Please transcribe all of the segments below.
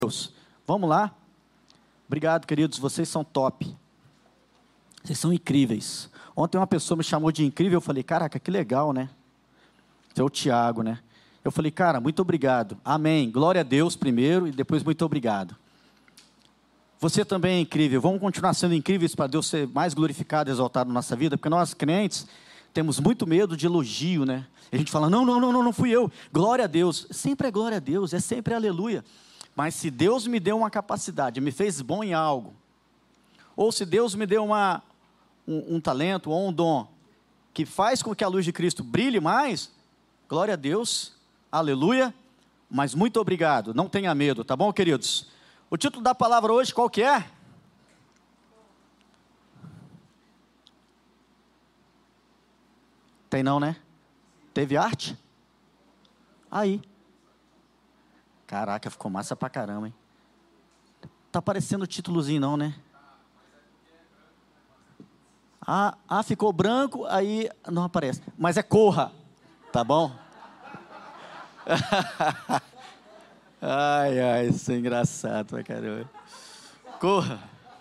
Deus. Vamos lá? Obrigado, queridos, vocês são top. Vocês são incríveis. Ontem uma pessoa me chamou de incrível, eu falei, caraca, que legal, né? Esse é o Tiago, né? Eu falei, cara, muito obrigado. Amém. Glória a Deus primeiro e depois muito obrigado. Você também é incrível. Vamos continuar sendo incríveis para Deus ser mais glorificado e exaltado na nossa vida, porque nós, crentes, temos muito medo de elogio, né? A gente fala, não fui eu. Glória a Deus. Sempre é glória a Deus, é sempre aleluia. Mas se Deus me deu uma capacidade, me fez bom em algo, ou se Deus me deu um talento ou um dom, que faz com que a luz de Cristo brilhe mais, glória a Deus, aleluia, mas muito obrigado, não tenha medo, tá bom, queridos? O título da palavra hoje, qual que é? Tem não, né? Teve arte? Aí. Caraca, ficou massa pra caramba, hein? Tá aparecendo o títulozinho não, né? Ficou branco, aí não aparece. Mas é corra, tá bom? Ai, isso é engraçado pra caramba. Corra.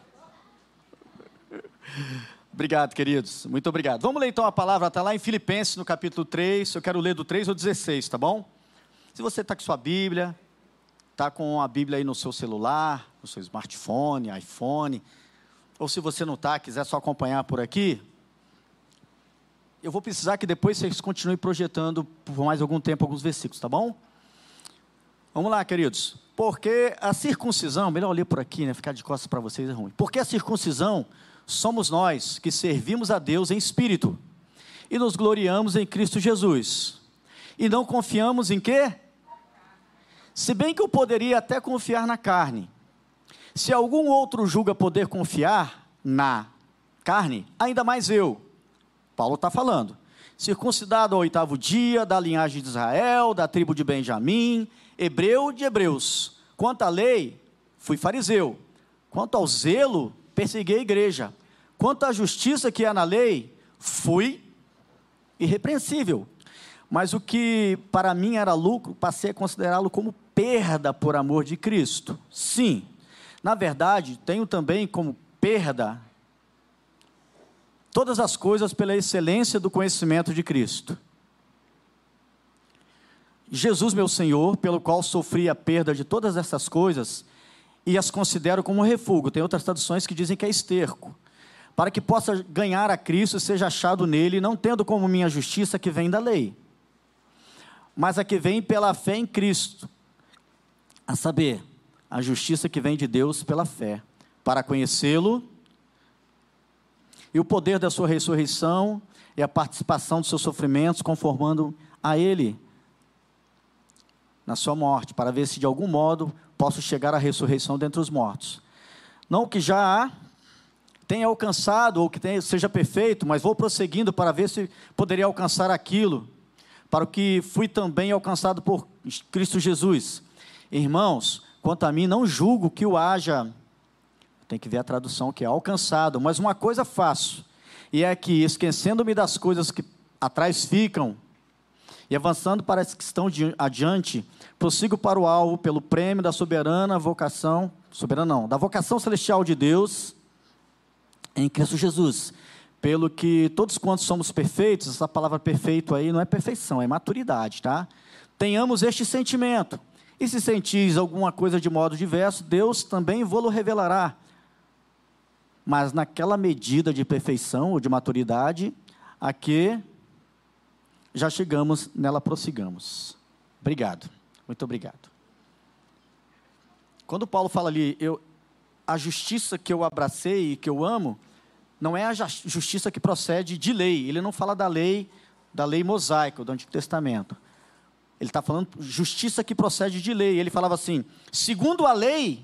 Obrigado, queridos. Muito obrigado. Vamos ler então a palavra, está lá em Filipenses, no capítulo 3. Eu quero ler do 3 ao 16, tá bom? Se você está com sua Bíblia, está com a Bíblia aí no seu celular, no seu smartphone, iPhone, ou se você não está, quiser só acompanhar por aqui, eu vou precisar que depois vocês continuem projetando por mais algum tempo alguns versículos, tá bom? Vamos lá, queridos. Porque a circuncisão, melhor ler por aqui, né? Ficar de costas para vocês é ruim. Porque a circuncisão somos nós que servimos a Deus em espírito e nos gloriamos em Cristo Jesus. E não confiamos em quê? Se bem que eu poderia até confiar na carne. Se algum outro julga poder confiar na carne, ainda mais eu. Paulo está falando. Circuncidado ao 8º dia, da linhagem de Israel, da tribo de Benjamim, hebreu de hebreus. Quanto à lei, fui fariseu. Quanto ao zelo, persegui a igreja. Quanto à justiça que há na lei, fui irrepreensível. Mas o que para mim era lucro, passei a considerá-lo como perda por amor de Cristo. Sim, na verdade, tenho também como perda todas as coisas pela excelência do conhecimento de Cristo. Jesus, meu Senhor, pelo qual sofri a perda de todas essas coisas e as considero como refúgio. Tem outras traduções que dizem que é esterco. Para que possa ganhar a Cristo e seja achado nele, não tendo como minha justiça que vem da lei, mas a que vem pela fé em Cristo, a saber, a justiça que vem de Deus pela fé, para conhecê-lo e o poder da sua ressurreição e a participação dos seus sofrimentos, conformando a ele na sua morte, para ver se de algum modo posso chegar à ressurreição dentre os mortos. Não que já tenha alcançado, ou que seja perfeito, mas vou prosseguindo para ver se poderia alcançar aquilo, para o que fui também alcançado por Cristo Jesus. Irmãos, quanto a mim, não julgo que o haja, tem que ver a tradução, que é alcançado, mas uma coisa faço, e é que, esquecendo-me das coisas que atrás ficam, e avançando para as que estão adiante, prossigo para o alvo, pelo prêmio da da vocação celestial de Deus, em Cristo Jesus. Pelo que todos quantos somos perfeitos, essa palavra perfeito aí não é perfeição, é maturidade, tá? Tenhamos este sentimento, e se sentis alguma coisa de modo diverso, Deus também vô-lo revelará. Mas naquela medida de perfeição ou de maturidade, a que já chegamos, nela prossigamos. Obrigado, muito obrigado. Quando Paulo fala ali, a justiça que eu abracei e que eu amo, não é a justiça que procede de lei. Ele não fala da lei mosaica, do Antigo Testamento. Ele está falando justiça que procede de lei. Ele falava assim, segundo a lei,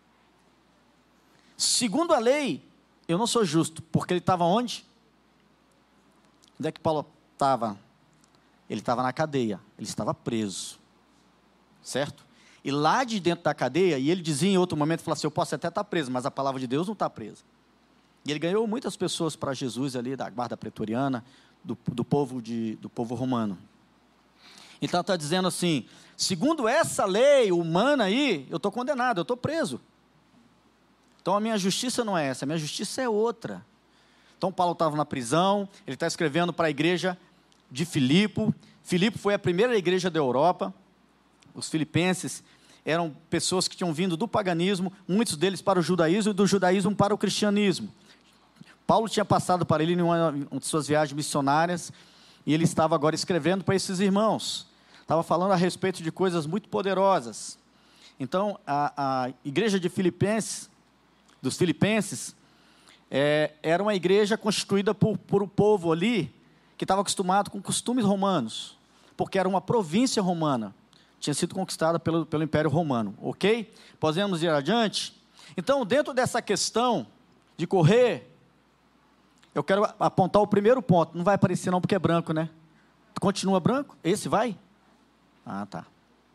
eu não sou justo, porque ele estava onde? Onde é que Paulo estava? Ele estava na cadeia, ele estava preso, certo? E lá de dentro da cadeia, e ele dizia em outro momento, falava assim, eu posso até estar preso, mas a palavra de Deus não está presa. E ele ganhou muitas pessoas para Jesus ali, da guarda pretoriana, do povo romano. Então ela está dizendo assim, segundo essa lei humana aí, eu estou condenado, eu estou preso. Então a minha justiça não é essa, a minha justiça é outra. Então Paulo estava na prisão, ele está escrevendo para a igreja de Filipe. Filipe foi a primeira igreja da Europa. Os filipenses eram pessoas que tinham vindo do paganismo, muitos deles para o judaísmo e do judaísmo para o cristianismo. Paulo tinha passado para ele em uma de suas viagens missionárias, e ele estava agora escrevendo para esses irmãos. Estava falando a respeito de coisas muito poderosas. Então, a igreja de Filipenses, dos filipenses, era uma igreja constituída por um povo ali, que estava acostumado com costumes romanos, porque era uma província romana, tinha sido conquistada pelo Império Romano, ok? Podemos ir adiante? Então, dentro dessa questão de correr, eu quero apontar o primeiro ponto. Não vai aparecer não, porque é branco, né? Continua branco? Esse vai? Ah, tá.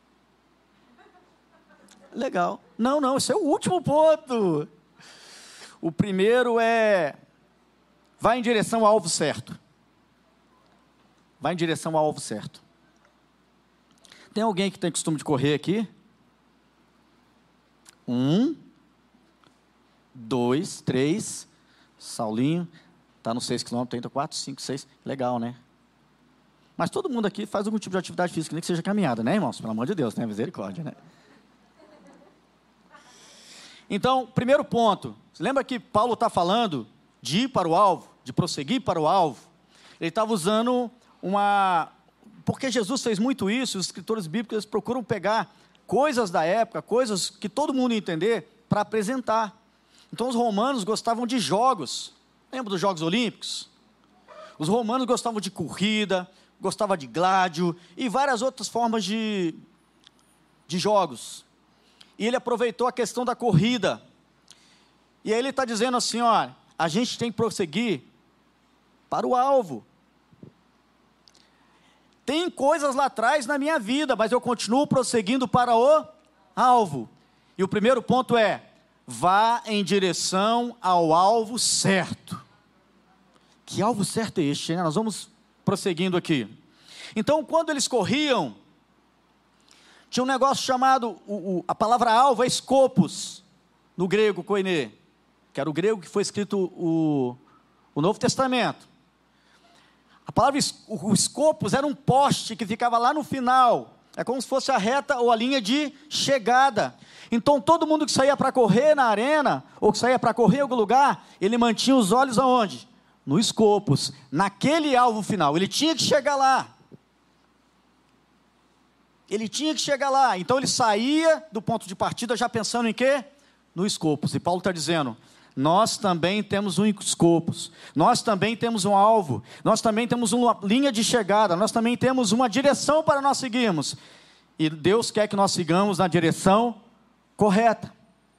Legal. Não, esse é o último ponto. O primeiro é, vai em direção ao alvo certo. Vai em direção ao alvo certo. Tem alguém que tem costume de correr aqui? 1, 2, 3, Saulinho, está no 6 km, entra 4, 5, 6, legal, né? Mas todo mundo aqui faz algum tipo de atividade física, nem que seja caminhada, né, irmãos? Pelo amor de Deus, né? Misericórdia, né? Então, primeiro ponto, lembra que Paulo está falando de ir para o alvo, de prosseguir para o alvo? Ele estava usando porque Jesus fez muito isso, os escritores bíblicos procuram pegar coisas da época, coisas que todo mundo ia entender, para apresentar. Então, os romanos gostavam de jogos. Lembra dos Jogos Olímpicos? Os romanos gostavam de corrida, gostavam de gládio e várias outras formas de jogos. E ele aproveitou a questão da corrida. E aí ele está dizendo assim, olha, a gente tem que prosseguir para o alvo. Tem coisas lá atrás na minha vida, mas eu continuo prosseguindo para o alvo. E o primeiro ponto é, vá em direção ao alvo certo. Que alvo certo é este, né? Nós vamos prosseguindo aqui. Então, quando eles corriam, tinha um negócio chamado, a palavra alvo é escopos, no grego, koine, que era o grego que foi escrito o Novo Testamento. A palavra, o escopos era um poste que ficava lá no final, é como se fosse a reta ou a linha de chegada. Então, todo mundo que saía para correr na arena, ou que saía para correr em algum lugar, ele mantinha os olhos aonde? No escopos, naquele alvo final, ele tinha que chegar lá. Ele tinha que chegar lá, então ele saía do ponto de partida já pensando em quê? No escopos, e Paulo está dizendo, nós também temos um escopos, nós também temos um alvo, nós também temos uma linha de chegada, nós também temos uma direção para nós seguirmos, e Deus quer que nós sigamos na direção correta.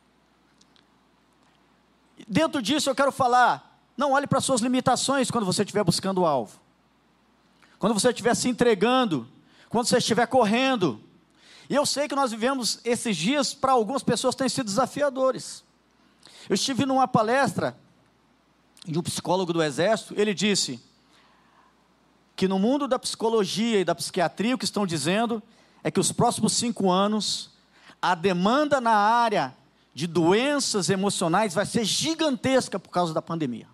Dentro disso eu quero falar, não olhe para as suas limitações quando você estiver buscando o alvo, quando você estiver se entregando, quando você estiver correndo. E eu sei que nós vivemos esses dias, para algumas pessoas têm sido desafiadores. Eu estive numa palestra de um psicólogo do Exército, ele disse que no mundo da psicologia e da psiquiatria, o que estão dizendo é que os próximos 5 anos, a demanda na área de doenças emocionais vai ser gigantesca por causa da pandemia.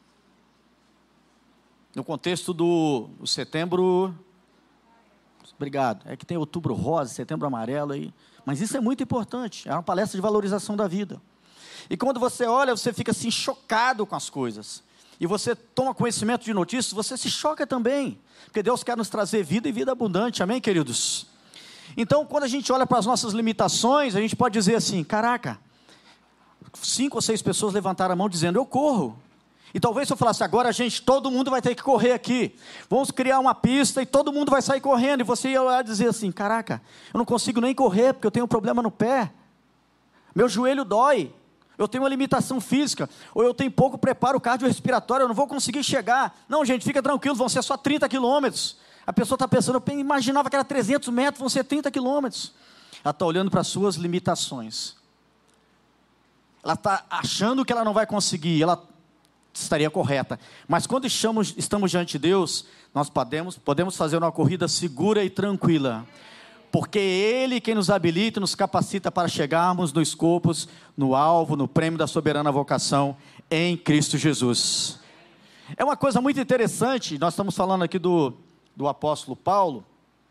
No contexto do setembro... Obrigado. É que tem outubro rosa, setembro amarelo aí. Mas isso é muito importante. É uma palestra de valorização da vida. E quando você olha, você fica assim chocado com as coisas. E você toma conhecimento de notícias, você se choca também. Porque Deus quer nos trazer vida e vida abundante. Amém, queridos? Então, quando a gente olha para as nossas limitações, a gente pode dizer assim, caraca, 5 ou 6 pessoas levantaram a mão dizendo, eu corro. E talvez se eu falasse, agora gente, todo mundo vai ter que correr aqui, vamos criar uma pista e todo mundo vai sair correndo, e você ia lá dizer assim, caraca, eu não consigo nem correr, porque eu tenho um problema no pé, meu joelho dói, eu tenho uma limitação física, ou eu tenho pouco preparo cardiorrespiratório, eu não vou conseguir chegar. Não, gente, fica tranquilo, vão ser só 30 quilômetros, a pessoa está pensando, eu imaginava que era 300 metros, vão ser 30 quilômetros, ela está olhando para as suas limitações, ela está achando que ela não vai conseguir, ela estaria correta. Mas quando estamos diante de Deus, nós podemos fazer uma corrida segura e tranquila. Porque é Ele quem nos habilita e nos capacita para chegarmos no escopo, no alvo, no prêmio da soberana vocação em Cristo Jesus. É uma coisa muito interessante, nós estamos falando aqui do apóstolo Paulo,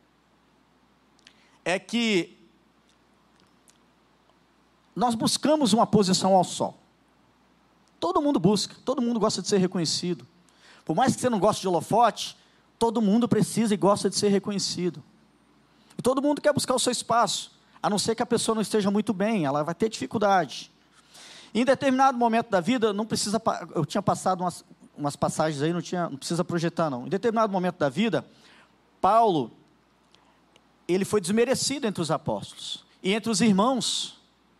é que nós buscamos uma posição ao sol. Todo mundo busca, todo mundo gosta de ser reconhecido. Por mais que você não goste de holofote, todo mundo precisa e gosta de ser reconhecido. E todo mundo quer buscar o seu espaço, a não ser que a pessoa não esteja muito bem, ela vai ter dificuldade. Em determinado momento da vida, eu tinha passado umas passagens aí, não precisa projetar não. Em determinado momento da vida, Paulo, ele foi desmerecido entre os apóstolos e entre os irmãos.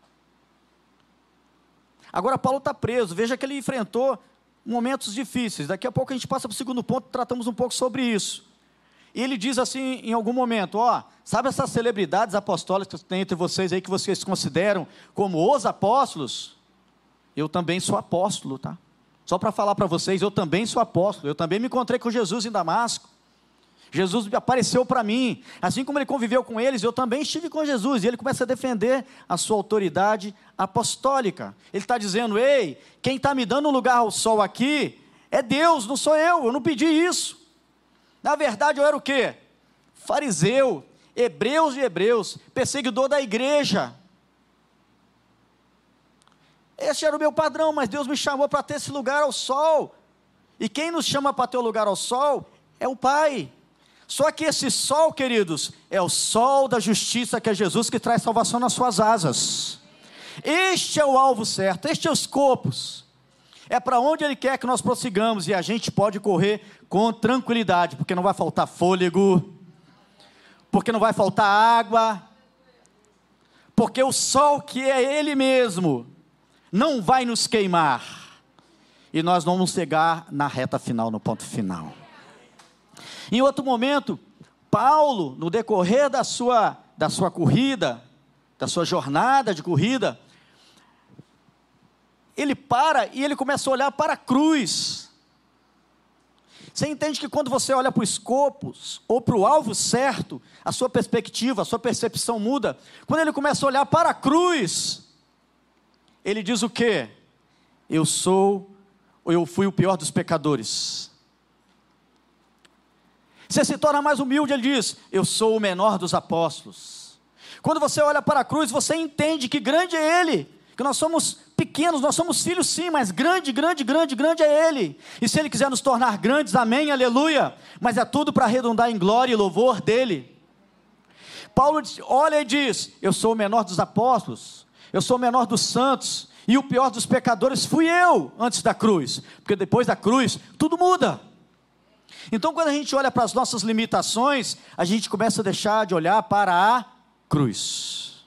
Agora Paulo está preso, veja que ele enfrentou momentos difíceis. Daqui a pouco a gente passa para o segundo ponto, tratamos um pouco sobre isso. E ele diz assim em algum momento, sabe essas celebridades apostólicas que tem entre vocês aí, que vocês consideram como os apóstolos? Eu também sou apóstolo, tá? Só para falar para vocês, eu também sou apóstolo, eu também me encontrei com Jesus em Damasco. Jesus apareceu para mim, assim como ele conviveu com eles, eu também estive com Jesus, e ele começa a defender a sua autoridade apostólica. Ele está dizendo, ei, quem está me dando um lugar ao sol aqui, é Deus, não sou eu não pedi isso. Na verdade eu era o quê? Fariseu, hebreus de hebreus, perseguidor da igreja. Esse era o meu padrão, mas Deus me chamou para ter esse lugar ao sol, e quem nos chama para ter o lugar ao sol, é o Pai. Só que esse sol, queridos, é o sol da justiça, que é Jesus, que traz salvação nas suas asas. Este é o alvo certo, este é os escopos. É para onde Ele quer que nós prossigamos, e a gente pode correr com tranquilidade, porque não vai faltar fôlego, porque não vai faltar água, porque o sol, que é Ele mesmo, não vai nos queimar, e nós vamos chegar na reta final, no ponto final. Em outro momento, Paulo, no decorrer da sua corrida, da sua jornada de corrida, ele para e ele começa a olhar para a cruz. Você entende que quando você olha para os escopos, ou para o alvo certo, a sua perspectiva, a sua percepção muda. Quando ele começa a olhar para a cruz, ele diz o quê? Eu fui o pior dos pecadores. Você se torna mais humilde, ele diz, eu sou o menor dos apóstolos. Quando você olha para a cruz, você entende que grande é Ele, que nós somos pequenos, nós somos filhos sim, mas grande é Ele. E se Ele quiser nos tornar grandes, amém, aleluia, mas é tudo para arredondar em glória e louvor dEle. Paulo olha e diz, eu sou o menor dos apóstolos, eu sou o menor dos santos, e o pior dos pecadores fui eu, antes da cruz, porque depois da cruz, tudo muda. Então quando a gente olha para as nossas limitações, a gente começa a deixar de olhar para a cruz.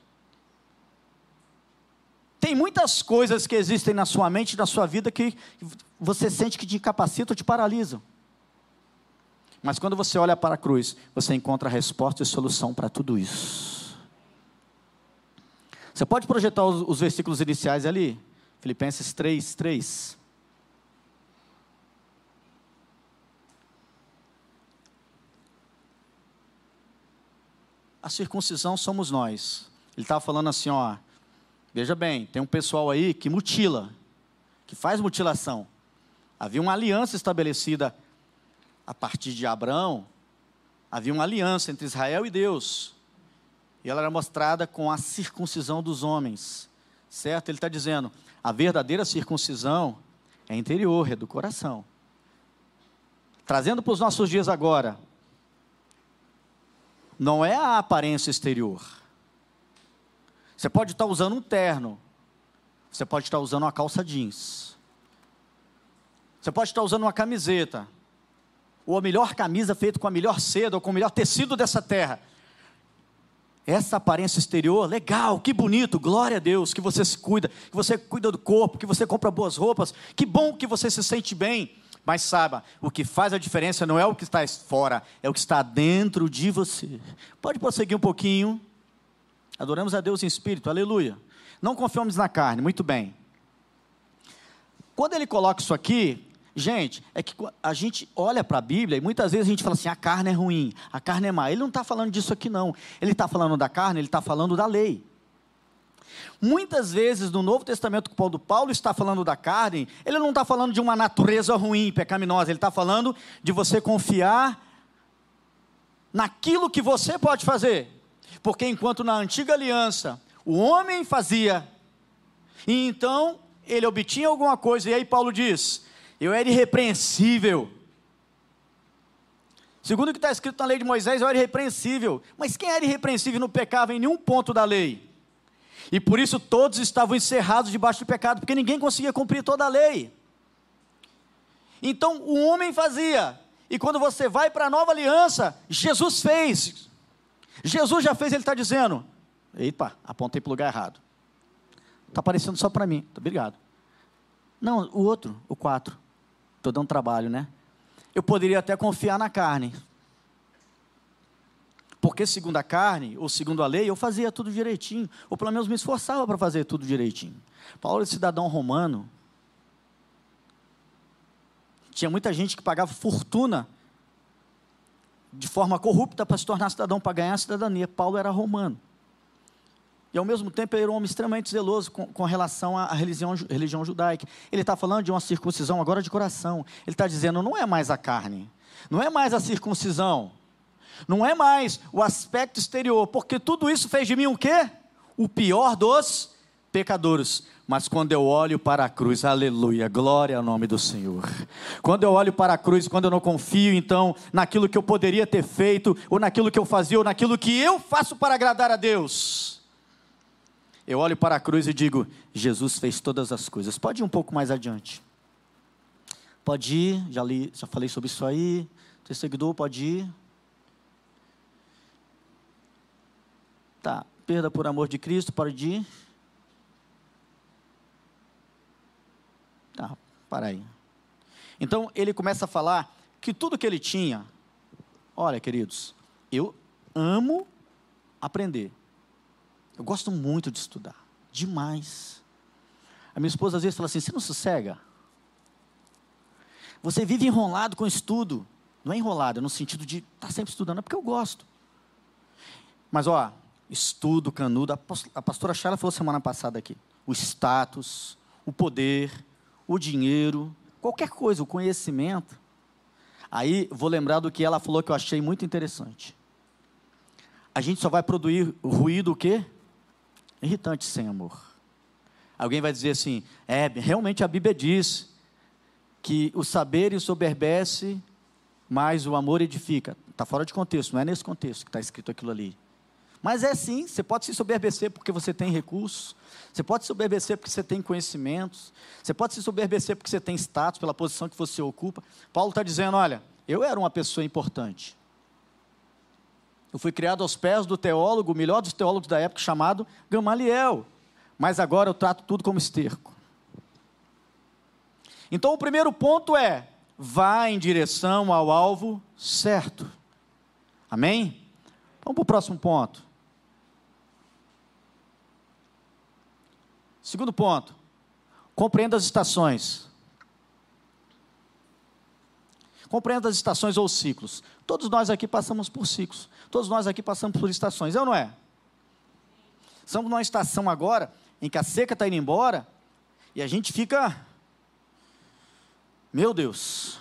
Tem muitas coisas que existem na sua mente, na sua vida, que você sente que te incapacitam, te paralisam. Mas quando você olha para a cruz, você encontra a resposta e solução para tudo isso. Você pode projetar os versículos iniciais ali? Filipenses 3:3. A circuncisão somos nós. Ele estava falando assim, veja bem, tem um pessoal aí que mutila, que faz mutilação. Havia uma aliança estabelecida a partir de Abraão, havia uma aliança entre Israel e Deus, e ela era mostrada com a circuncisão dos homens, certo? Ele está dizendo, a verdadeira circuncisão é interior, é do coração. Trazendo para os nossos dias agora, não é a aparência exterior. Você pode estar usando um terno, você pode estar usando uma calça jeans, você pode estar usando uma camiseta, ou a melhor camisa feita com a melhor seda, ou com o melhor tecido dessa terra. Essa aparência exterior, legal, que bonito, glória a Deus, que você se cuida, que você cuida do corpo, que você compra boas roupas, que bom que você se sente bem. Mas saiba, o que faz a diferença não é o que está fora, é o que está dentro de você. Pode prosseguir um pouquinho. Adoramos a Deus em espírito, aleluia. Não confiamos na carne, muito bem. Quando ele coloca isso aqui, gente, é que a gente olha para a Bíblia e muitas vezes a gente fala assim, a carne é ruim, a carne é má. Ele não está falando disso aqui não. Ele está falando da carne, ele está falando da lei. Muitas vezes no Novo Testamento, quando Paulo está falando da carne, ele não está falando de uma natureza ruim, pecaminosa, ele está falando de você confiar naquilo que você pode fazer. Porque enquanto na antiga aliança, o homem fazia, e então ele obtinha alguma coisa, e aí Paulo diz, eu era irrepreensível. Segundo o que está escrito na lei de Moisés, eu era irrepreensível. Mas quem era irrepreensível não pecava em nenhum ponto da lei. E por isso todos estavam encerrados debaixo do pecado, porque ninguém conseguia cumprir toda a lei. Então o homem fazia, e quando você vai para a nova aliança, Jesus fez. Jesus já fez, ele está dizendo, eita, apontei para o lugar errado. Está aparecendo só para mim, obrigado. Não, o outro, o 4. Estou dando trabalho, né? Eu poderia até confiar na carne. Porque segundo a carne, ou segundo a lei, eu fazia tudo direitinho. Ou pelo menos me esforçava para fazer tudo direitinho. Paulo, cidadão romano, tinha muita gente que pagava fortuna de forma corrupta para se tornar cidadão, para ganhar a cidadania. Paulo era romano. E ao mesmo tempo ele era um homem extremamente zeloso com relação à religião judaica. Ele está falando de uma circuncisão agora de coração. Ele está dizendo, não é mais a carne, não é mais a circuncisão, não é mais o aspecto exterior, porque tudo isso fez de mim o quê? O pior dos pecadores. Mas quando eu olho para a cruz, aleluia, glória ao nome do Senhor. Quando eu olho para a cruz, quando eu não confio então naquilo que eu poderia ter feito, ou naquilo que eu fazia, ou naquilo que eu faço para agradar a Deus, eu olho para a cruz e digo, Jesus fez todas as coisas. Pode ir um pouco mais adiante. Pode ir, já falei sobre isso aí. Seu seguidor, pode ir. Tá, perda por amor de Cristo, pode ir. Tá, para aí. Então, ele começa a falar que tudo que ele tinha, olha, queridos, eu amo aprender. Eu gosto muito de estudar, demais. A minha esposa às vezes fala assim, você não sossega? Você vive enrolado com estudo. Não é enrolado, é no sentido de estar sempre estudando, é porque eu gosto. Mas ó, estudo, canudo, a pastora Shayla falou semana passada aqui, o status, o poder, o dinheiro, qualquer coisa, o conhecimento. Aí vou lembrar do que ela falou que eu achei muito interessante. A gente só vai produzir ruído o quê? Irritante sem amor. Alguém vai dizer assim, realmente a Bíblia diz que o saber ensoberbece, mas o amor edifica. Está fora de contexto, não é nesse contexto que está escrito aquilo ali. Mas é sim, você pode se soberbecer porque você tem recursos, você pode se soberbecer porque você tem conhecimentos, você pode se soberbecer porque você tem status, pela posição que você ocupa. Paulo está dizendo, olha, eu era uma pessoa importante. Eu fui criado aos pés do teólogo, o melhor dos teólogos da época, chamado Gamaliel. Mas agora eu trato tudo como esterco. Então o primeiro ponto é, vá em direção ao alvo certo. Amém? Vamos para o próximo ponto. Segundo ponto, compreenda as estações. Compreenda as estações ou ciclos. Todos nós aqui passamos por ciclos. Todos nós aqui passamos por estações, é ou não é? Estamos numa estação agora, em que a seca está indo embora, e a gente fica, meu Deus.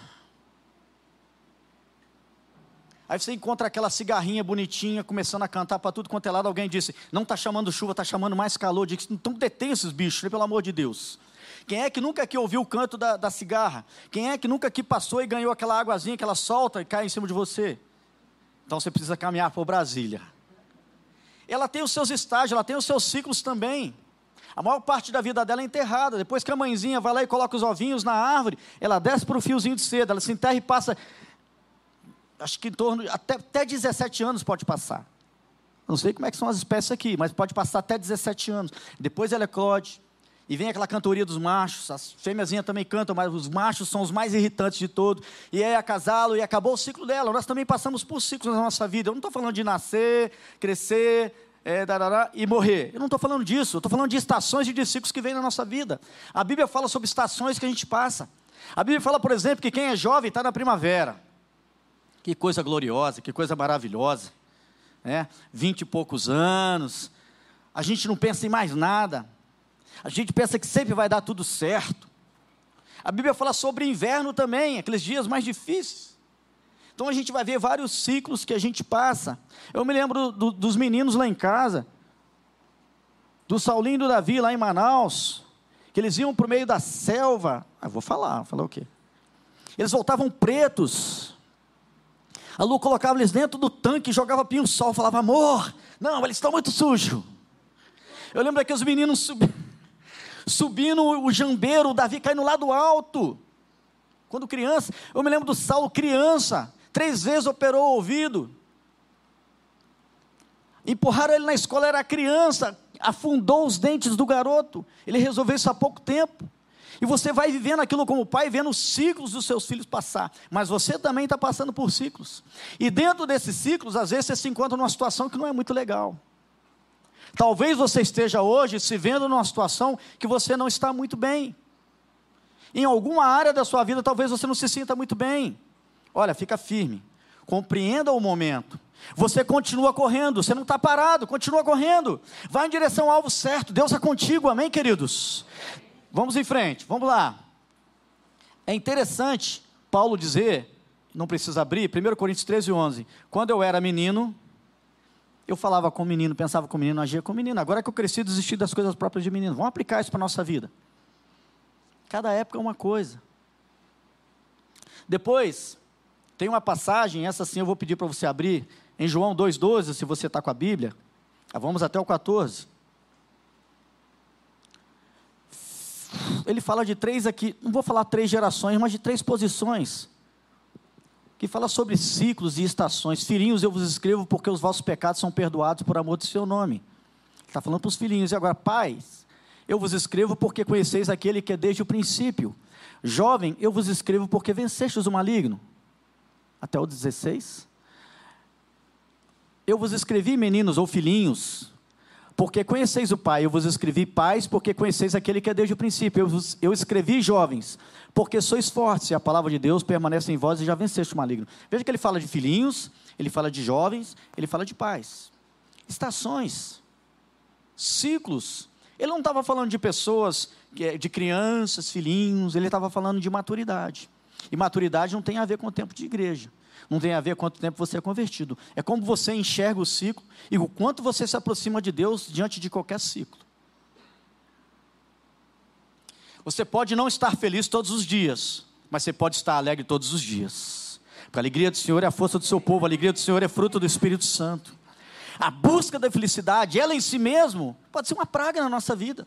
Aí você encontra aquela cigarrinha bonitinha, começando a cantar para tudo quanto é lado, alguém disse, não está chamando chuva, está chamando mais calor. Diz, então detém esses bichos, né, pelo amor de Deus. Quem é que nunca aqui ouviu o canto da cigarra? Quem é que nunca aqui passou e ganhou aquela águazinha que ela solta e cai em cima de você? Então você precisa caminhar por Brasília. Ela tem os seus estágios, ela tem os seus ciclos também. A maior parte da vida dela é enterrada. Depois que a mãezinha vai lá e coloca os ovinhos na árvore, ela desce para o fiozinho de seda, ela se enterra e passa, acho que em torno, até 17 anos pode passar. Não sei como é que são as espécies aqui, mas pode passar até 17 anos. Depois ela eclode. E vem aquela cantoria dos machos, as fêmeazinhas também cantam, mas os machos são os mais irritantes de todos. E aí acasá-lo e acabou o ciclo dela. Nós também passamos por ciclos na nossa vida. Eu não estou falando de nascer, crescer, e morrer. Eu não estou falando disso, eu estou falando de estações e de ciclos que vêm na nossa vida. A Bíblia fala sobre estações que a gente passa. A Bíblia fala, por exemplo, que quem é jovem está na primavera. Que coisa gloriosa, que coisa maravilhosa. 20 e poucos anos, a gente não pensa em mais nada, a gente pensa que sempre vai dar tudo certo. A Bíblia fala sobre inverno também, aqueles dias mais difíceis. Então a gente vai ver vários ciclos que a gente passa. Eu me lembro dos meninos lá em casa, do Saulinho e do Davi lá em Manaus, que eles iam para o meio da selva. Vou falar o quê? Eles voltavam pretos. A Lu colocava eles dentro do tanque, jogava pinho-sol, falava, amor, não, eles estão muito sujos. Eu lembro que os meninos subindo o jambeiro, o Davi caindo lá do alto. Quando criança, eu me lembro do Saulo criança, 3 vezes operou o ouvido. Empurraram ele na escola, era criança, afundou os dentes do garoto. Ele resolveu isso há pouco tempo. E você vai vivendo aquilo como pai, vendo os ciclos dos seus filhos passar. Mas você também está passando por ciclos. E dentro desses ciclos, às vezes você se encontra numa situação que não é muito legal. Talvez você esteja hoje se vendo numa situação que você não está muito bem. Em alguma área da sua vida, talvez você não se sinta muito bem. Olha, fica firme. Compreenda o momento. Você continua correndo, você não está parado, continua correndo. Vai em direção ao alvo certo. Deus é contigo, amém, queridos? Vamos em frente, vamos lá. É interessante Paulo dizer, não precisa abrir, 1 Coríntios 13:11. Quando eu era menino, eu falava com menino, pensava com menino, agia com menino. Agora que eu cresci, desisti das coisas próprias de menino. Vamos aplicar isso para a nossa vida. Cada época é uma coisa. Depois, tem uma passagem, essa sim eu vou pedir para você abrir, em João 2,12, se você está com a Bíblia. Vamos até o 14. Ele fala de 3 aqui, não vou falar 3 gerações, mas de 3 posições, que fala sobre ciclos e estações. Filhinhos, eu vos escrevo porque os vossos pecados são perdoados por amor do seu nome. Está falando para os filhinhos. E agora, pais, eu vos escrevo porque conheceis aquele que é desde o princípio. Jovem, eu vos escrevo porque vencestes o maligno. Até o 16. Eu vos escrevi, meninos ou filhinhos, porque conheceis o Pai. Eu vos escrevi, pais, porque conheceis aquele que é desde o princípio. Eu escrevi, jovens, porque sois fortes, e a palavra de Deus permanece em vós e já venceste o maligno. Veja que ele fala de filhinhos, ele fala de jovens, ele fala de pais. Estações, ciclos. Ele não estava falando de pessoas, de crianças, filhinhos, ele estava falando de maturidade. E maturidade não tem a ver com o tempo de igreja. Não tem a ver quanto tempo você é convertido. É como você enxerga o ciclo e o quanto você se aproxima de Deus diante de qualquer ciclo. Você pode não estar feliz todos os dias, mas você pode estar alegre todos os dias. Porque a alegria do Senhor é a força do seu povo, a alegria do Senhor é fruto do Espírito Santo. A busca da felicidade, ela em si mesmo, pode ser uma praga na nossa vida.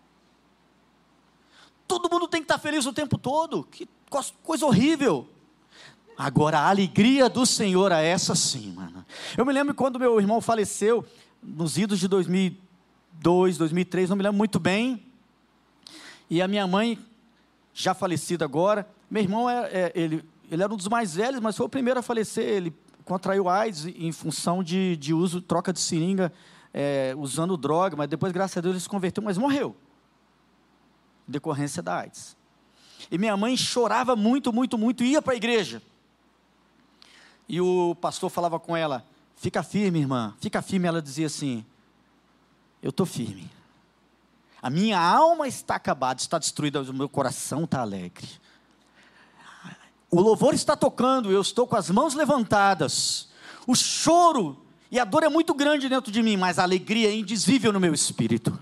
Todo mundo tem que estar feliz o tempo todo, que coisa horrível. Agora, a alegria do Senhor é essa sim, mano. Eu me lembro quando meu irmão faleceu, nos idos de 2002, 2003, não me lembro muito bem. E a minha mãe, já falecida agora, meu irmão, ele era um dos mais velhos, mas foi o primeiro a falecer. Ele contraiu AIDS em função de uso, troca de seringa, usando droga, mas depois, graças a Deus, ele se converteu, mas morreu. Decorrência da AIDS. E minha mãe chorava muito, muito, muito, ia para a igreja. E o pastor falava com ela, fica firme, irmã, fica firme. Ela dizia assim, eu estou firme. A minha alma está acabada, está destruída, o meu coração está alegre. O louvor está tocando, eu estou com as mãos levantadas. O choro e a dor é muito grande dentro de mim, mas a alegria é indizível no meu espírito.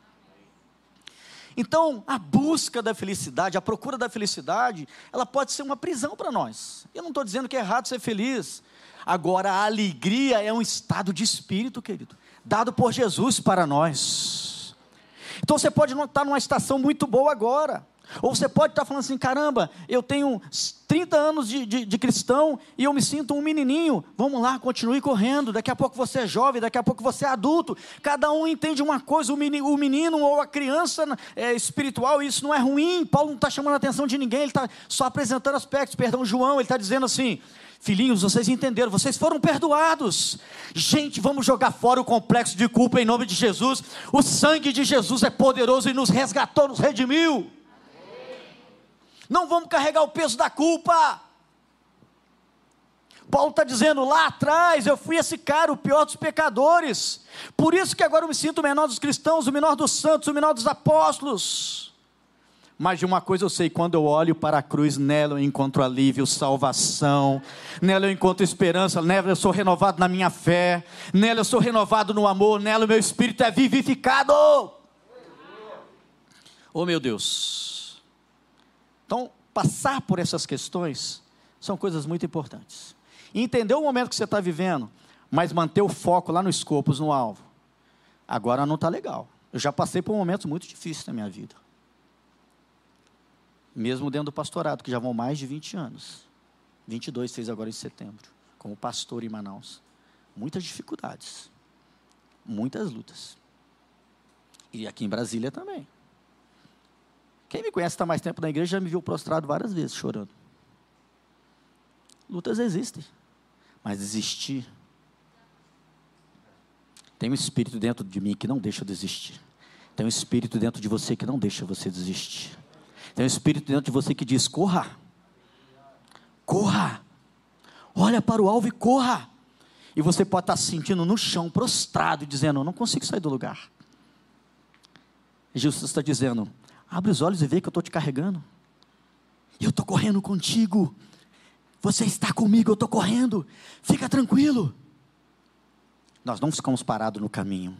Então, a busca da felicidade, a procura da felicidade, ela pode ser uma prisão para nós. Eu não estou dizendo que é errado ser feliz. Agora, a alegria é um estado de espírito, querido, dado por Jesus para nós. Então, você pode não estar numa estação muito boa agora, Ou você pode estar falando assim, caramba, eu tenho 30 anos de cristão e eu me sinto um menininho. Vamos lá, continue correndo, daqui a pouco você é jovem, daqui a pouco você é adulto. Cada um entende uma coisa, o menino ou a criança espiritual, isso não é ruim. Paulo não está chamando a atenção de ninguém, ele está só apresentando aspectos. João, ele está dizendo assim, filhinhos, vocês entenderam, vocês foram perdoados. Gente, vamos jogar fora o complexo de culpa em nome de Jesus. O sangue de Jesus é poderoso e nos resgatou, nos redimiu. Não vamos carregar o peso da culpa. Paulo está dizendo, lá atrás eu fui esse cara, o pior dos pecadores, por isso que agora eu me sinto o menor dos cristãos, o menor dos santos, o menor dos apóstolos. Mas de uma coisa eu sei, quando eu olho para a cruz, nela eu encontro alívio, salvação, nela eu encontro esperança, nela eu sou renovado na minha fé, nela eu sou renovado no amor, nela o meu espírito é vivificado. Oh meu Deus. Então, passar por essas questões são coisas muito importantes. Entender o momento que você está vivendo, mas manter o foco lá no escopo, no alvo. Agora não está legal. Eu já passei por momentos muito difíceis na minha vida. Mesmo dentro do pastorado, que já vão mais de 20 anos. 22 fez agora em setembro, como pastor em Manaus. Muitas dificuldades, muitas lutas. E aqui em Brasília também. Quem me conhece está mais tempo na igreja já me viu prostrado várias vezes chorando. Lutas existem, mas desistir. Tem um espírito dentro de mim que não deixa eu desistir. Tem um espírito dentro de você que não deixa você desistir. Tem um espírito dentro de você que diz, corra. Corra. Olha para o alvo e corra. E você pode estar se sentindo no chão, prostrado, e dizendo, eu não consigo sair do lugar. E Jesus está dizendo, abre os olhos e vê que eu estou te carregando. E eu estou correndo contigo. Você está comigo, eu estou correndo. Fica tranquilo. Nós não ficamos parados no caminho.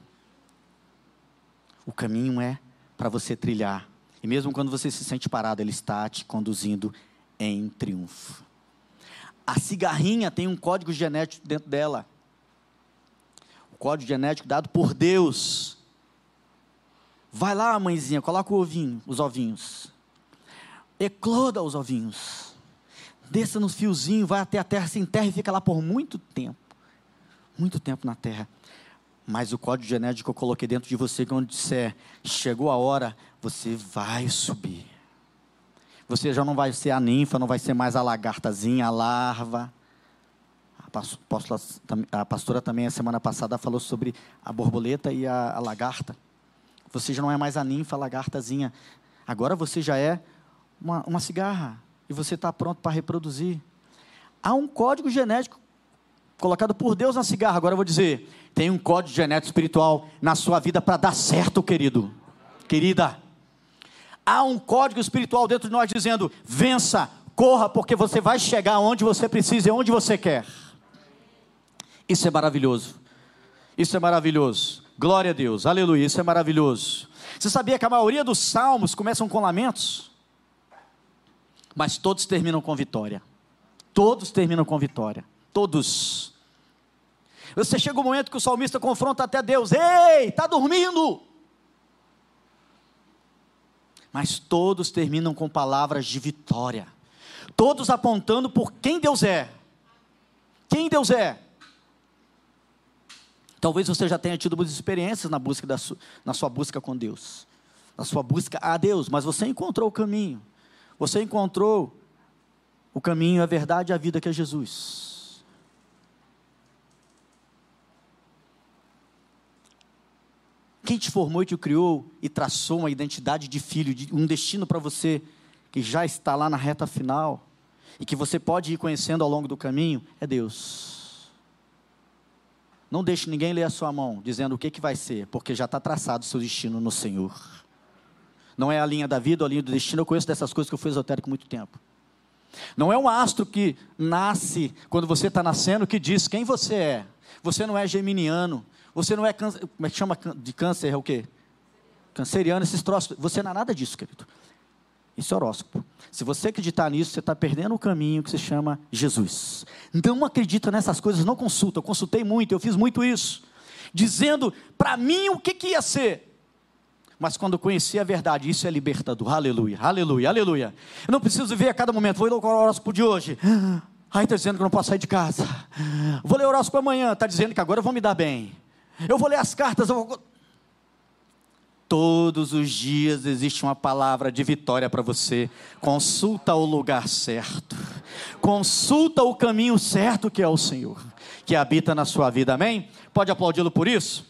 O caminho é para você trilhar. E mesmo quando você se sente parado, Ele está te conduzindo em triunfo. A cigarrinha tem um código genético dentro dela. O código genético dado por Deus. Vai lá, mãezinha, coloca o ovinho, os ovinhos. Ecloda os ovinhos. Desça nos fiozinhos, vai até a terra, se enterra e fica lá por muito tempo. Muito tempo na terra. Mas o código genético que eu coloquei dentro de você, quando disser, chegou a hora, você vai subir. Você já não vai ser a ninfa, não vai ser mais a lagartazinha, a larva. A pastora também, a semana passada, falou sobre a borboleta e a lagarta. Você já não é mais a ninfa, a lagartazinha. Agora você já é uma cigarra. E você está pronto para reproduzir. Há um código genético colocado por Deus na cigarra. Agora eu vou dizer, tem um código genético espiritual na sua vida para dar certo, querido. Querida. Há um código espiritual dentro de nós dizendo, vença, corra, porque você vai chegar onde você precisa e onde você quer. Isso é maravilhoso. Isso é maravilhoso. Glória a Deus, aleluia, isso é maravilhoso. Você sabia que a maioria dos salmos começam com lamentos? Mas todos terminam com vitória. Todos terminam com vitória. Todos. Você chega um momento que o salmista confronta até Deus. Ei, está dormindo? Mas todos terminam com palavras de vitória. Todos apontando por quem Deus é. Quem Deus é. Talvez você já tenha tido muitas experiências na sua busca com Deus. Na sua busca a Deus. Mas você encontrou o caminho. Você encontrou o caminho, a verdade e a vida que é Jesus. Quem te formou e te criou e traçou uma identidade de filho, um destino para você, que já está lá na reta final, e que você pode ir conhecendo ao longo do caminho, é Deus. Não deixe ninguém ler a sua mão, dizendo o que vai ser, porque já está traçado o seu destino no Senhor. Não é a linha da vida ou a linha do destino, eu conheço dessas coisas que eu fui esotérico há muito tempo. Não é um astro que nasce, quando você está nascendo, que diz quem você é. Você não é geminiano, você não é, como é que chama de câncer, é o quê? Canceriano, esses troços, você não é nada disso, querido. Isso é horóscopo. Se você acreditar nisso, você está perdendo o caminho que se chama Jesus. Não acredita nessas coisas, não consulta. Eu consultei muito, eu fiz muito isso. Dizendo para mim o que ia ser. Mas quando eu conheci a verdade, isso é libertador. Aleluia, aleluia, aleluia. Eu não preciso viver a cada momento. Vou ler o horóscopo de hoje. Ai, está dizendo que eu não posso sair de casa. Vou ler o horóscopo amanhã. Está dizendo que agora eu vou me dar bem. Eu vou ler as cartas. Todos os dias existe uma palavra de vitória para você. Consulta o lugar certo. Consulta o caminho certo, que é o Senhor, que habita na sua vida. Amém? Pode aplaudi-lo por isso?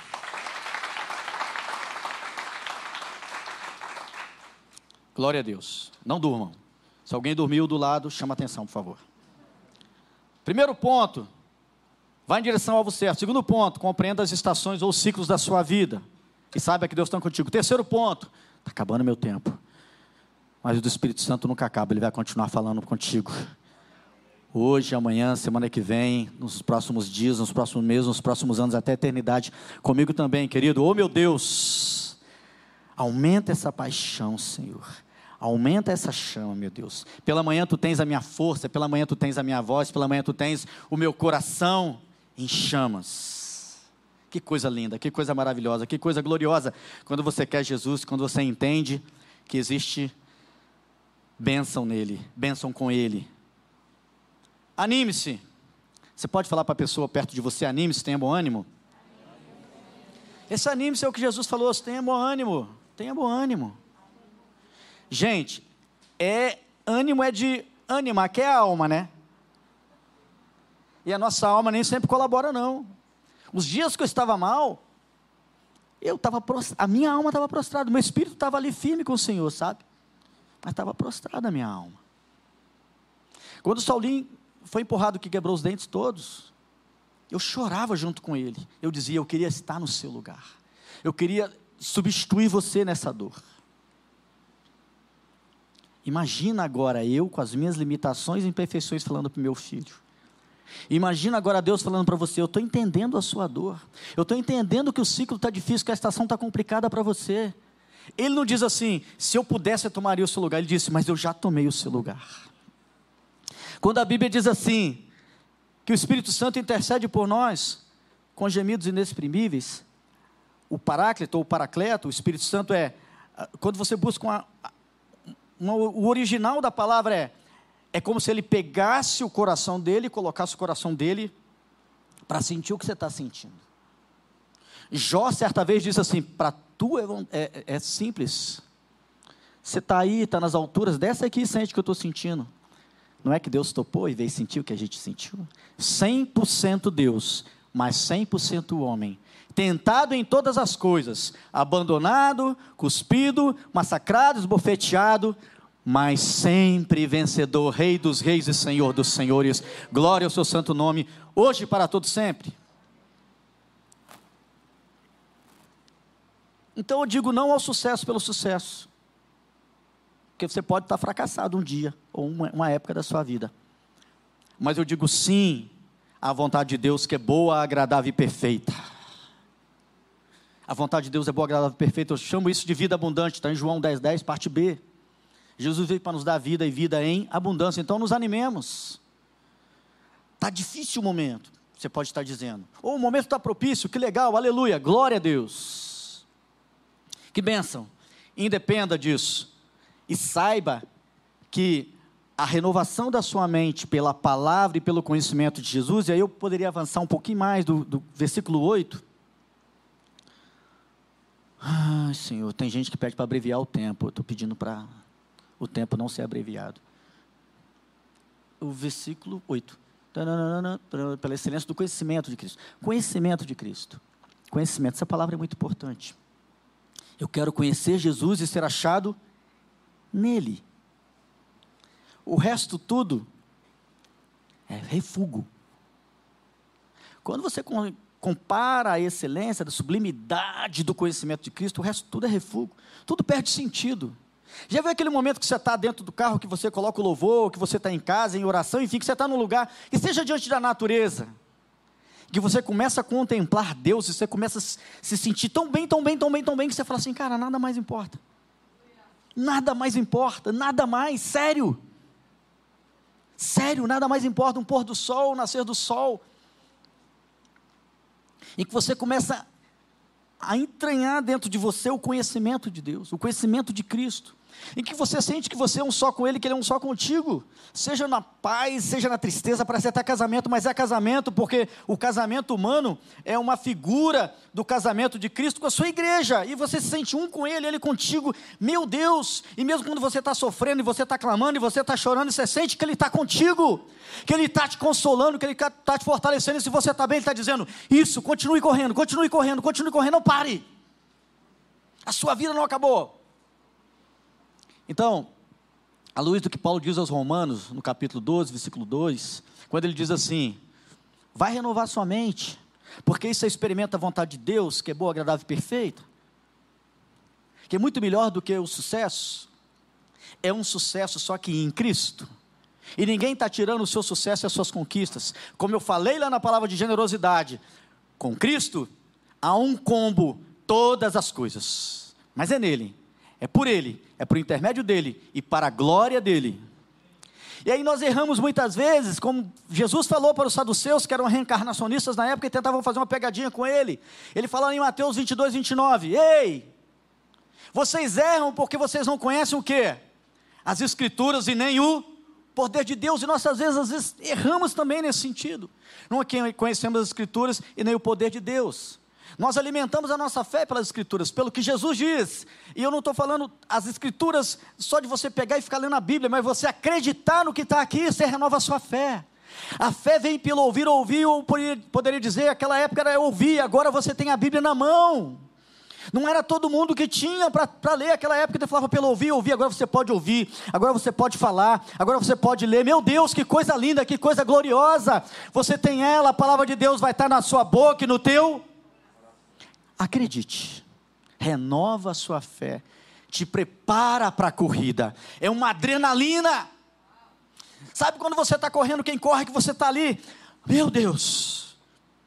Glória a Deus. Não durmam. Se alguém dormiu do lado, chama atenção, por favor. Primeiro ponto, vá em direção ao alvo certo. Segundo ponto, compreenda as estações ou ciclos da sua vida. E saiba que Deus está contigo. Terceiro ponto, está acabando meu tempo. Mas o do Espírito Santo nunca acaba, ele vai continuar falando contigo. Hoje, amanhã, semana que vem, nos próximos dias, nos próximos meses, nos próximos anos, até a eternidade. Comigo também, querido. Oh, meu Deus, aumenta essa paixão, Senhor. Aumenta essa chama, meu Deus. Pela manhã tu tens a minha força, pela manhã tu tens a minha voz, pela manhã tu tens o meu coração em chamas. Que coisa linda, que coisa maravilhosa, que coisa gloriosa. Quando você quer Jesus, quando você entende que existe bênção nele, bênção com ele. Anime-se. Você pode falar para a pessoa perto de você, anime-se, tenha bom ânimo. Esse anime-se é o que Jesus falou, tenha bom ânimo, tenha bom ânimo. Gente, ânimo é de animar, que é a alma, né? E a nossa alma nem sempre colabora, não. Os dias que eu estava mal, a minha alma estava prostrada, o meu espírito estava ali firme com o Senhor, sabe? Mas estava prostrada a minha alma. Quando o Saulinho foi empurrado que quebrou os dentes todos, eu chorava junto com ele. Eu dizia, eu queria estar no seu lugar. Eu queria substituir você nessa dor. Imagina agora eu, com as minhas limitações e imperfeições, falando para o meu filho. Imagina agora Deus falando para você, eu estou entendendo a sua dor. Eu estou entendendo que o ciclo está difícil, que a estação está complicada para você. Ele não diz assim, se eu pudesse eu tomaria o seu lugar. Ele disse, mas eu já tomei o seu lugar. Quando a Bíblia diz assim, que o Espírito Santo intercede por nós, com gemidos inexprimíveis, o Paráclito ou o Paracleto, o Espírito Santo quando você busca o original da palavra é como se ele pegasse o coração dele e colocasse o coração dele para sentir o que você está sentindo. Jó certa vez disse assim, para tu é simples, você está aí, está nas alturas, desce aqui e sente o que eu estou sentindo. Não é que Deus topou e veio sentir o que a gente sentiu? 100% Deus, mas 100% homem. Tentado em todas as coisas, abandonado, cuspido, massacrado, esbofeteado, mas sempre vencedor, Rei dos reis e Senhor dos senhores. Glória ao seu santo nome, hoje e para todo sempre. Então eu digo não ao sucesso pelo sucesso. Porque você pode estar fracassado um dia, ou uma época da sua vida. Mas eu digo sim à vontade de Deus, que é boa, agradável e perfeita. A vontade de Deus é boa, agradável e perfeita. Eu chamo isso de vida abundante, está em João 10:10, parte B. Jesus veio para nos dar vida e vida em abundância, então nos animemos. Está difícil o momento, você pode estar dizendo. Ou o momento está propício, que legal, aleluia, glória a Deus. Que bênção, independa disso. E saiba que a renovação da sua mente pela palavra e pelo conhecimento de Jesus, e aí eu poderia avançar um pouquinho mais do versículo 8. Ai, Senhor, tem gente que pede para abreviar o tempo, eu estou pedindo para o tempo não ser abreviado. O versículo 8. Pela excelência do conhecimento de Cristo. Conhecimento de Cristo. Conhecimento, essa palavra é muito importante. Eu quero conhecer Jesus e ser achado nele. O resto tudo é refúgio. Quando você compara a excelência, da sublimidade do conhecimento de Cristo, o resto tudo é refúgio. Tudo perde sentido. Já viu aquele momento que você está dentro do carro, que você coloca o louvor, que você está em casa, em oração, enfim, que você está num lugar, que seja diante da natureza, que você começa a contemplar Deus, e você começa a se sentir tão bem, tão bem, tão bem, tão bem, que você fala assim, cara, nada mais importa. Nada mais importa, nada mais, sério. Sério, nada mais importa, um pôr do sol, um nascer do sol. E que você começa a entranhar dentro de você o conhecimento de Deus, o conhecimento de Cristo, em que você sente que você é um só com Ele, que Ele é um só contigo, seja na paz, seja na tristeza. Parece até casamento, mas é casamento, porque o casamento humano é uma figura do casamento de Cristo com a sua igreja, e você se sente um com Ele, Ele contigo, meu Deus. E mesmo quando você está sofrendo, e você está clamando, e você está chorando, você sente que Ele está contigo, que Ele está te consolando, que Ele está te fortalecendo. E se você está bem, Ele está dizendo, isso, continue correndo, não pare, a sua vida não acabou. Então, à luz do que Paulo diz aos Romanos, no capítulo 12, versículo 2, quando ele diz assim, vai renovar sua mente, porque isso experimenta a vontade de Deus, que é boa, agradável e perfeita, que é muito melhor do que o sucesso, é um sucesso só que em Cristo, e ninguém está tirando o seu sucesso e as suas conquistas. Como eu falei lá na palavra de generosidade, com Cristo, há um combo, todas as coisas, mas é nele, é por Ele, é por intermédio dEle, e para a glória dEle. E aí nós erramos muitas vezes, como Jesus falou para os saduceus, que eram reencarnacionistas na época, e tentavam fazer uma pegadinha com Ele. Ele falou em Mateus 22, 29, ei, vocês erram porque vocês não conhecem o quê? As Escrituras e nem o poder de Deus. E nós às vezes erramos também nesse sentido, não conhecemos as Escrituras e nem o poder de Deus. Nós alimentamos a nossa fé pelas Escrituras, pelo que Jesus diz, e eu não estou falando as Escrituras só de você pegar e ficar lendo a Bíblia, mas você acreditar no que está aqui, você renova a sua fé. A fé vem pelo ouvir, ou poderia dizer, aquela época era ouvir, agora você tem a Bíblia na mão. Não era todo mundo que tinha para ler, aquela época ele falava pelo ouvir, agora você pode ouvir, agora você pode falar, agora você pode ler. Meu Deus, que coisa linda, que coisa gloriosa, você tem ela, a palavra de Deus vai estar na sua boca e no teu. Acredite, renova a sua fé, te prepara para a corrida, é uma adrenalina. Sabe quando você está correndo, quem corre que você está ali, meu Deus,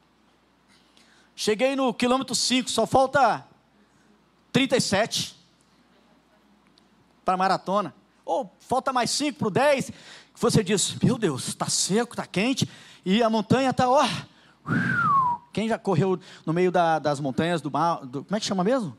cheguei no quilômetro 5, só falta 37 para a maratona, ou falta mais 5 para o 10, você diz, meu Deus, está seco, está quente, e a montanha está, ó, quem já correu no meio das montanhas do mar, como é que chama mesmo?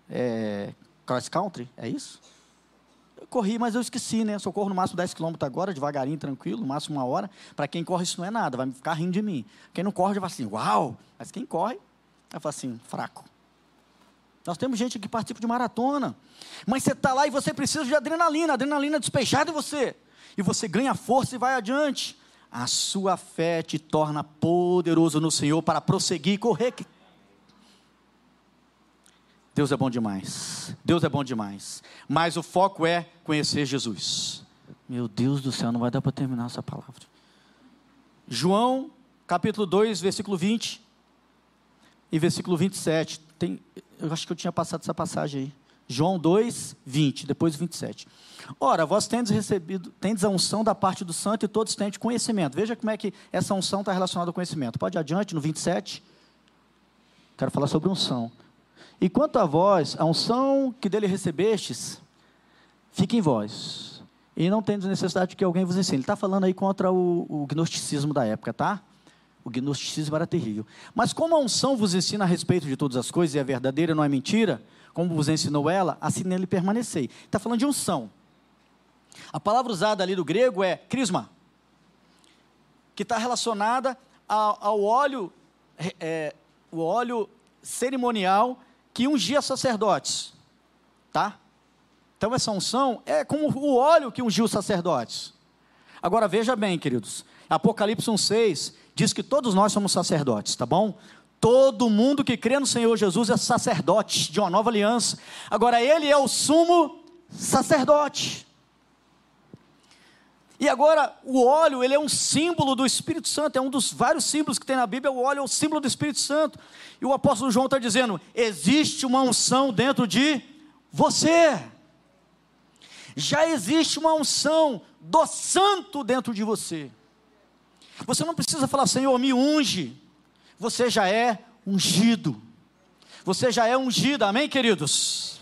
Cross country, é isso? Eu corri, mas eu esqueci, né? Eu corro no máximo 10 km agora, devagarinho, tranquilo, no máximo 1 hora. Para quem corre isso não é nada, vai ficar rindo de mim. Quem não corre já fala assim, uau! Mas quem corre, vai falar assim, fraco. Nós temos gente que participa de maratona, mas você está lá e você precisa de adrenalina despejada em você. E você ganha força e vai adiante. A sua fé te torna poderoso no Senhor para prosseguir e correr. Deus é bom demais. Deus é bom demais. Mas o foco é conhecer Jesus. Meu Deus do céu, não vai dar para terminar essa palavra. João, capítulo 2, versículo 20 e versículo 27. Eu acho que eu tinha passado essa passagem aí. João 2, 20, depois 27. Ora, vós tendes a unção da parte do santo e todos têm conhecimento. Veja como é que essa unção está relacionada ao conhecimento. Pode ir adiante, no 27. Quero falar sobre unção. E quanto a vós, a unção que dele recebestes, fica em vós. E não tendes necessidade de que alguém vos ensine. Ele está falando aí contra o gnosticismo da época, tá? O gnosticismo era terrível. Mas como a unção vos ensina a respeito de todas as coisas, e é verdadeira, não é mentira, como vos ensinou ela, assim nele permanecei. Está falando de unção. A palavra usada ali do grego é crisma, que está relacionada ao óleo, o óleo cerimonial que ungia sacerdotes, tá? Então essa unção é como o óleo que ungiu os sacerdotes. Agora veja bem, queridos, Apocalipse 1,6 diz que todos nós somos sacerdotes, tá bom? Todo mundo que crê no Senhor Jesus é sacerdote de uma nova aliança. Agora ele é o sumo sacerdote. E agora o óleo, ele é um símbolo do Espírito Santo, é um dos vários símbolos que tem na Bíblia. O óleo é o símbolo do Espírito Santo. E o apóstolo João está dizendo, existe uma unção dentro de você. Já existe uma unção do santo dentro de você. Você não precisa falar, Senhor, me unge. Você já é ungido. Você já é ungida, amém, queridos?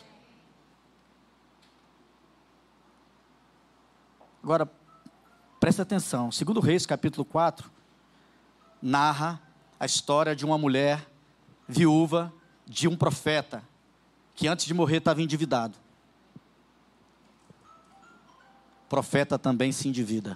Agora, presta atenção. 2 Reis, capítulo 4, narra a história de uma mulher viúva de um profeta que antes de morrer estava endividado. O profeta também se endivida.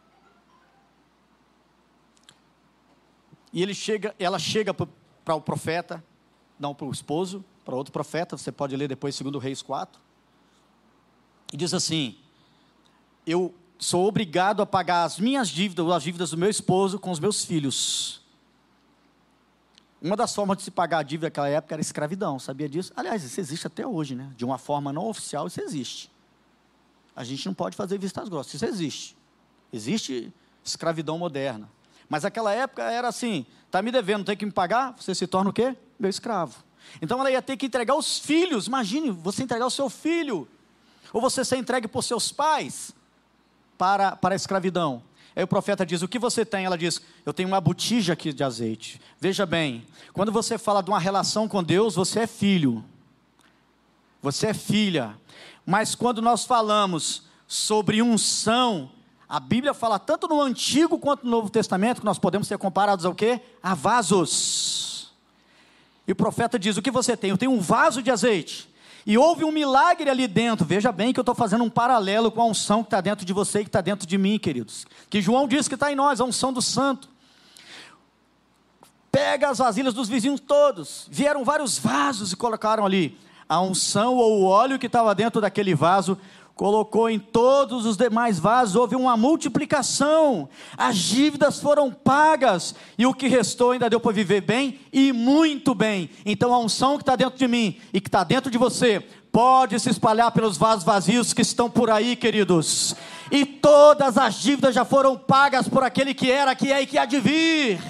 E ela chega para o profeta, não para o esposo, para outro profeta, você pode ler depois 2 Reis 4, e diz assim: eu sou obrigado a pagar as minhas dívidas, ou as dívidas do meu esposo com os meus filhos. Uma das formas de se pagar a dívida naquela época era escravidão, sabia disso? Aliás, isso existe até hoje, né? De uma forma não oficial, isso existe. A gente não pode fazer vistas grossas, isso existe. Existe escravidão moderna. Mas naquela época era assim: está me devendo, tem que me pagar? Você se torna o quê? Meu escravo. Então ela ia ter que entregar os filhos. Imagine, você entregar o seu filho, ou você ser entregue por seus pais para a escravidão. Aí o profeta diz: o que você tem? Ela diz: eu tenho uma botija aqui de azeite. Veja bem, quando você fala de uma relação com Deus, você é filho, você é filha. Mas quando nós falamos sobre unção, a Bíblia fala tanto no Antigo quanto no Novo Testamento que nós podemos ser comparados ao quê? A vasos. E o profeta diz: o que você tem? Eu tenho um vaso de azeite. E houve um milagre ali dentro. Veja bem que eu estou fazendo um paralelo com a unção que está dentro de você e que está dentro de mim, queridos. Que João diz que está em nós, a unção do santo. Pega as vasilhas dos vizinhos todos. Vieram vários vasos e colocaram ali. A unção ou o óleo que estava dentro daquele vaso, colocou em todos os demais vasos. Houve uma multiplicação. As dívidas foram pagas. E o que restou ainda deu para viver bem e muito bem. Então a unção que está dentro de mim e que está dentro de você pode se espalhar pelos vasos vazios que estão por aí, queridos. E todas as dívidas já foram pagas por aquele que era, que é e que há de vir.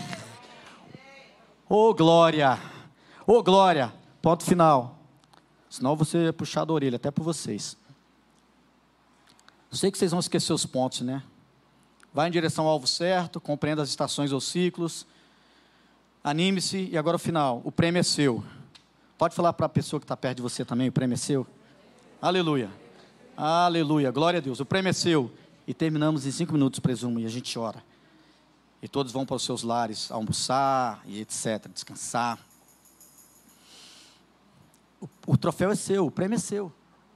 Oh glória, oh glória. Ponto final. Senão eu vou ser puxado a orelha, até por vocês. Eu sei que vocês vão esquecer os pontos, né? Vai em direção ao alvo certo, compreenda as estações ou ciclos, anime-se, e agora o final, o prêmio é seu. Pode falar para a pessoa que está perto de você também, o prêmio é seu? Aleluia, aleluia, glória a Deus, o prêmio é seu. E terminamos em 5 minutos, presumo, e a gente ora. E todos vão para os seus lares, almoçar e etc, descansar. O troféu é seu, o prêmio é seu.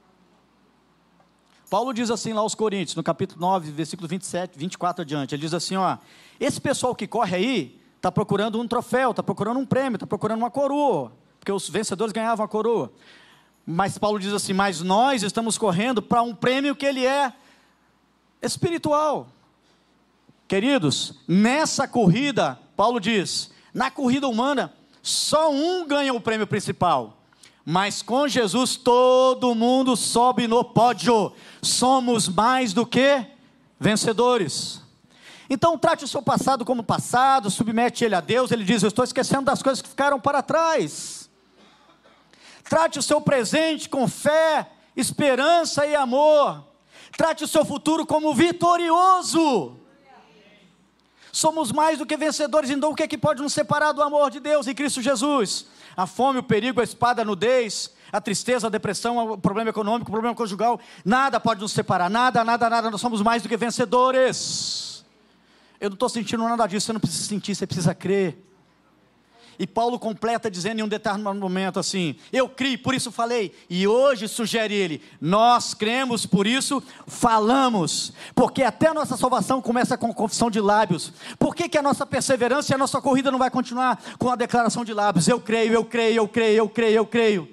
Paulo diz assim lá aos Coríntios, no capítulo 9, versículo 27, 24 adiante, ele diz assim, ó: esse pessoal que corre aí, está procurando um troféu, está procurando um prêmio, está procurando uma coroa, porque os vencedores ganhavam a coroa. Mas Paulo diz assim: mas nós estamos correndo para um prêmio que ele é espiritual. Queridos, nessa corrida, Paulo diz, na corrida humana, só um ganha o prêmio principal. Mas com Jesus todo mundo sobe no pódio. Somos mais do que vencedores. Então trate o seu passado como passado, submete ele a Deus. Ele diz: eu estou esquecendo das coisas que ficaram para trás. Trate o seu presente com fé, esperança e amor. Trate o seu futuro como vitorioso. Somos mais do que vencedores. Então o que é que pode nos separar do amor de Deus em Cristo Jesus? A fome, o perigo, a espada, a nudez, a tristeza, a depressão, o problema econômico, o problema conjugal. Nada pode nos separar, nada, nós somos mais do que vencedores. Eu não estou sentindo nada disso, você não precisa sentir, você precisa crer. E Paulo completa dizendo em um determinado momento assim: eu criei, por isso falei. E hoje sugere ele: nós cremos, por isso falamos. Porque até a nossa salvação começa com confissão de lábios. Por que a nossa perseverança e a nossa corrida não vai continuar com a declaração de lábios? Eu creio, eu creio, eu creio, eu creio, eu creio.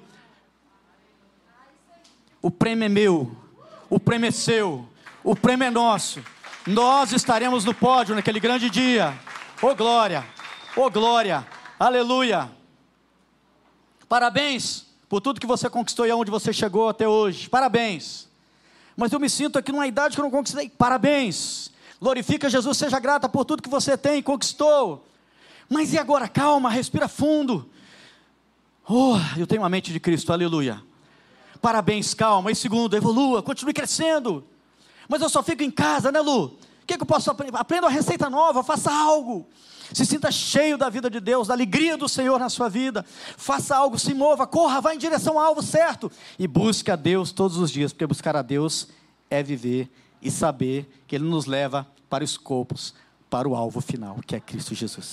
O prêmio é meu, o prêmio é seu, o prêmio é nosso. Nós estaremos no pódio naquele grande dia. Oh glória, oh glória. Aleluia, parabéns por tudo que você conquistou e aonde você chegou até hoje, parabéns. Mas eu me sinto aqui numa idade que eu não conquistei, parabéns. Glorifica Jesus, seja grata por tudo que você tem e conquistou. Mas e agora? Calma, respira fundo. Oh, eu tenho a mente de Cristo, aleluia. Parabéns, calma. E segundo, evolua, continue crescendo. Mas eu só fico em casa, né, Lu? O que eu posso aprender? Aprenda uma receita nova, faça algo. Se sinta cheio da vida de Deus, da alegria do Senhor na sua vida. Faça algo, se mova, corra, vá em direção ao alvo certo. E busque a Deus todos os dias, porque buscar a Deus é viver e saber que Ele nos leva para os escopos, para o alvo final, que é Cristo Jesus.